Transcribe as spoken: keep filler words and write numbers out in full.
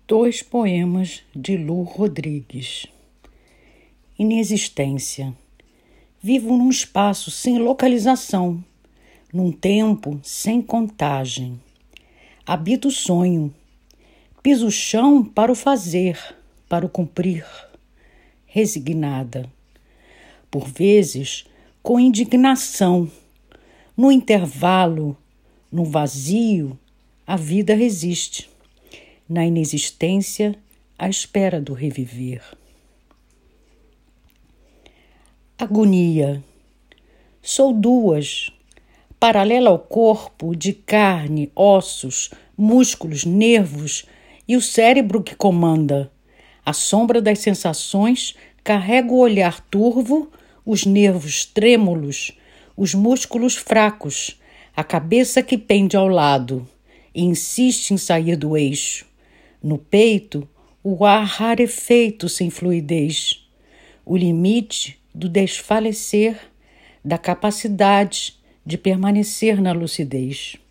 Dois poemas de Lu Rodrigues. Inexistência. Vivo num espaço sem localização, num tempo sem contagem. Habito o sonho, piso o chão para o fazer, para o cumprir, resignada. Por vezes, com indignação, no intervalo, no vazio, a vida resiste. Na inexistência, à espera do reviver. Agonia. Sou duas, paralela ao corpo de carne, ossos, músculos, nervos e o cérebro que comanda. À sombra das sensações, carrego o olhar turvo, os nervos trêmulos, os músculos fracos, a cabeça que pende ao lado e insiste em sair do eixo. No peito, o ar rarefeito sem fluidez, o limite do desfalecer, da capacidade de permanecer na lucidez.